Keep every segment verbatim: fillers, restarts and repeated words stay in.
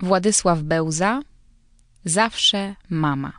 Władysław Bełza. Zawsze mama.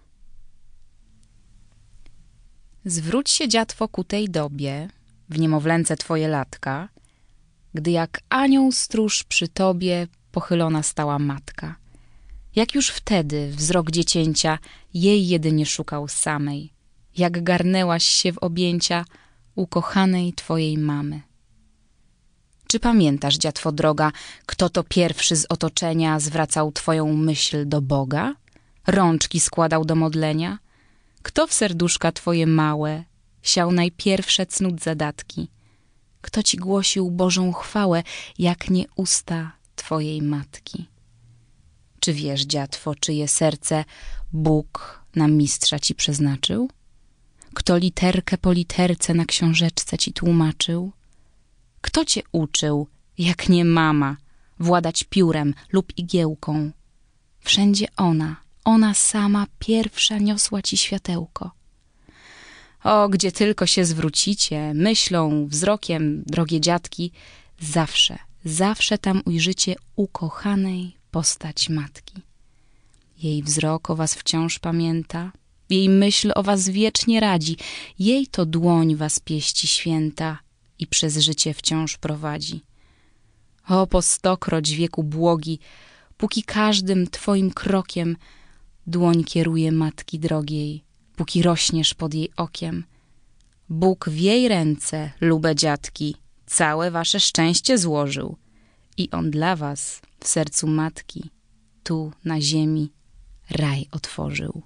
Zwróć się, dziatwo, ku tej dobie, w niemowlęce twoje latka, gdy jak anioł stróż przy tobie pochylona stała matka. Jak już wtedy wzrok dziecięcia jej jedynie szukał samej, jak garnęłaś się w objęcia ukochanej twojej mamy. Czy pamiętasz, dziatwo droga, kto to pierwszy z otoczenia zwracał twoją myśl do Boga? Rączki składał do modlenia? Kto w serduszka twoje małe siał najpierwsze cnót zadatki? Kto ci głosił Bożą chwałę, jak nie usta twojej matki? Czy wiesz, dziatwo, czyje serce Bóg na mistrza ci przeznaczył? Kto literkę po literce na książeczce ci tłumaczył? Kto cię uczył, jak nie mama, władać piórem lub igiełką? Wszędzie ona, ona sama pierwsza niosła ci światełko. O, gdzie tylko się zwrócicie, myślą, wzrokiem, drogie dziadki, zawsze, zawsze tam ujrzycie ukochanej postać matki. Jej wzrok o was wciąż pamięta, jej myśl o was wiecznie radzi, jej to dłoń was pieści święta i przez życie wciąż prowadzi. O, po stokroć wieku błogi, póki każdym twoim krokiem dłoń kieruje matki drogiej, póki rośniesz pod jej okiem. Bóg w jej ręce, lube dziadki, całe wasze szczęście złożył i on dla was w sercu matki tu na ziemi raj otworzył.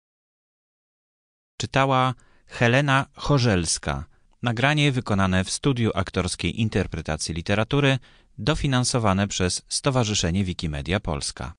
Czytała Helena Chorzelska. Nagranie wykonane w Studiu Aktorskiej Interpretacji Literatury, dofinansowane przez Stowarzyszenie Wikimedia Polska.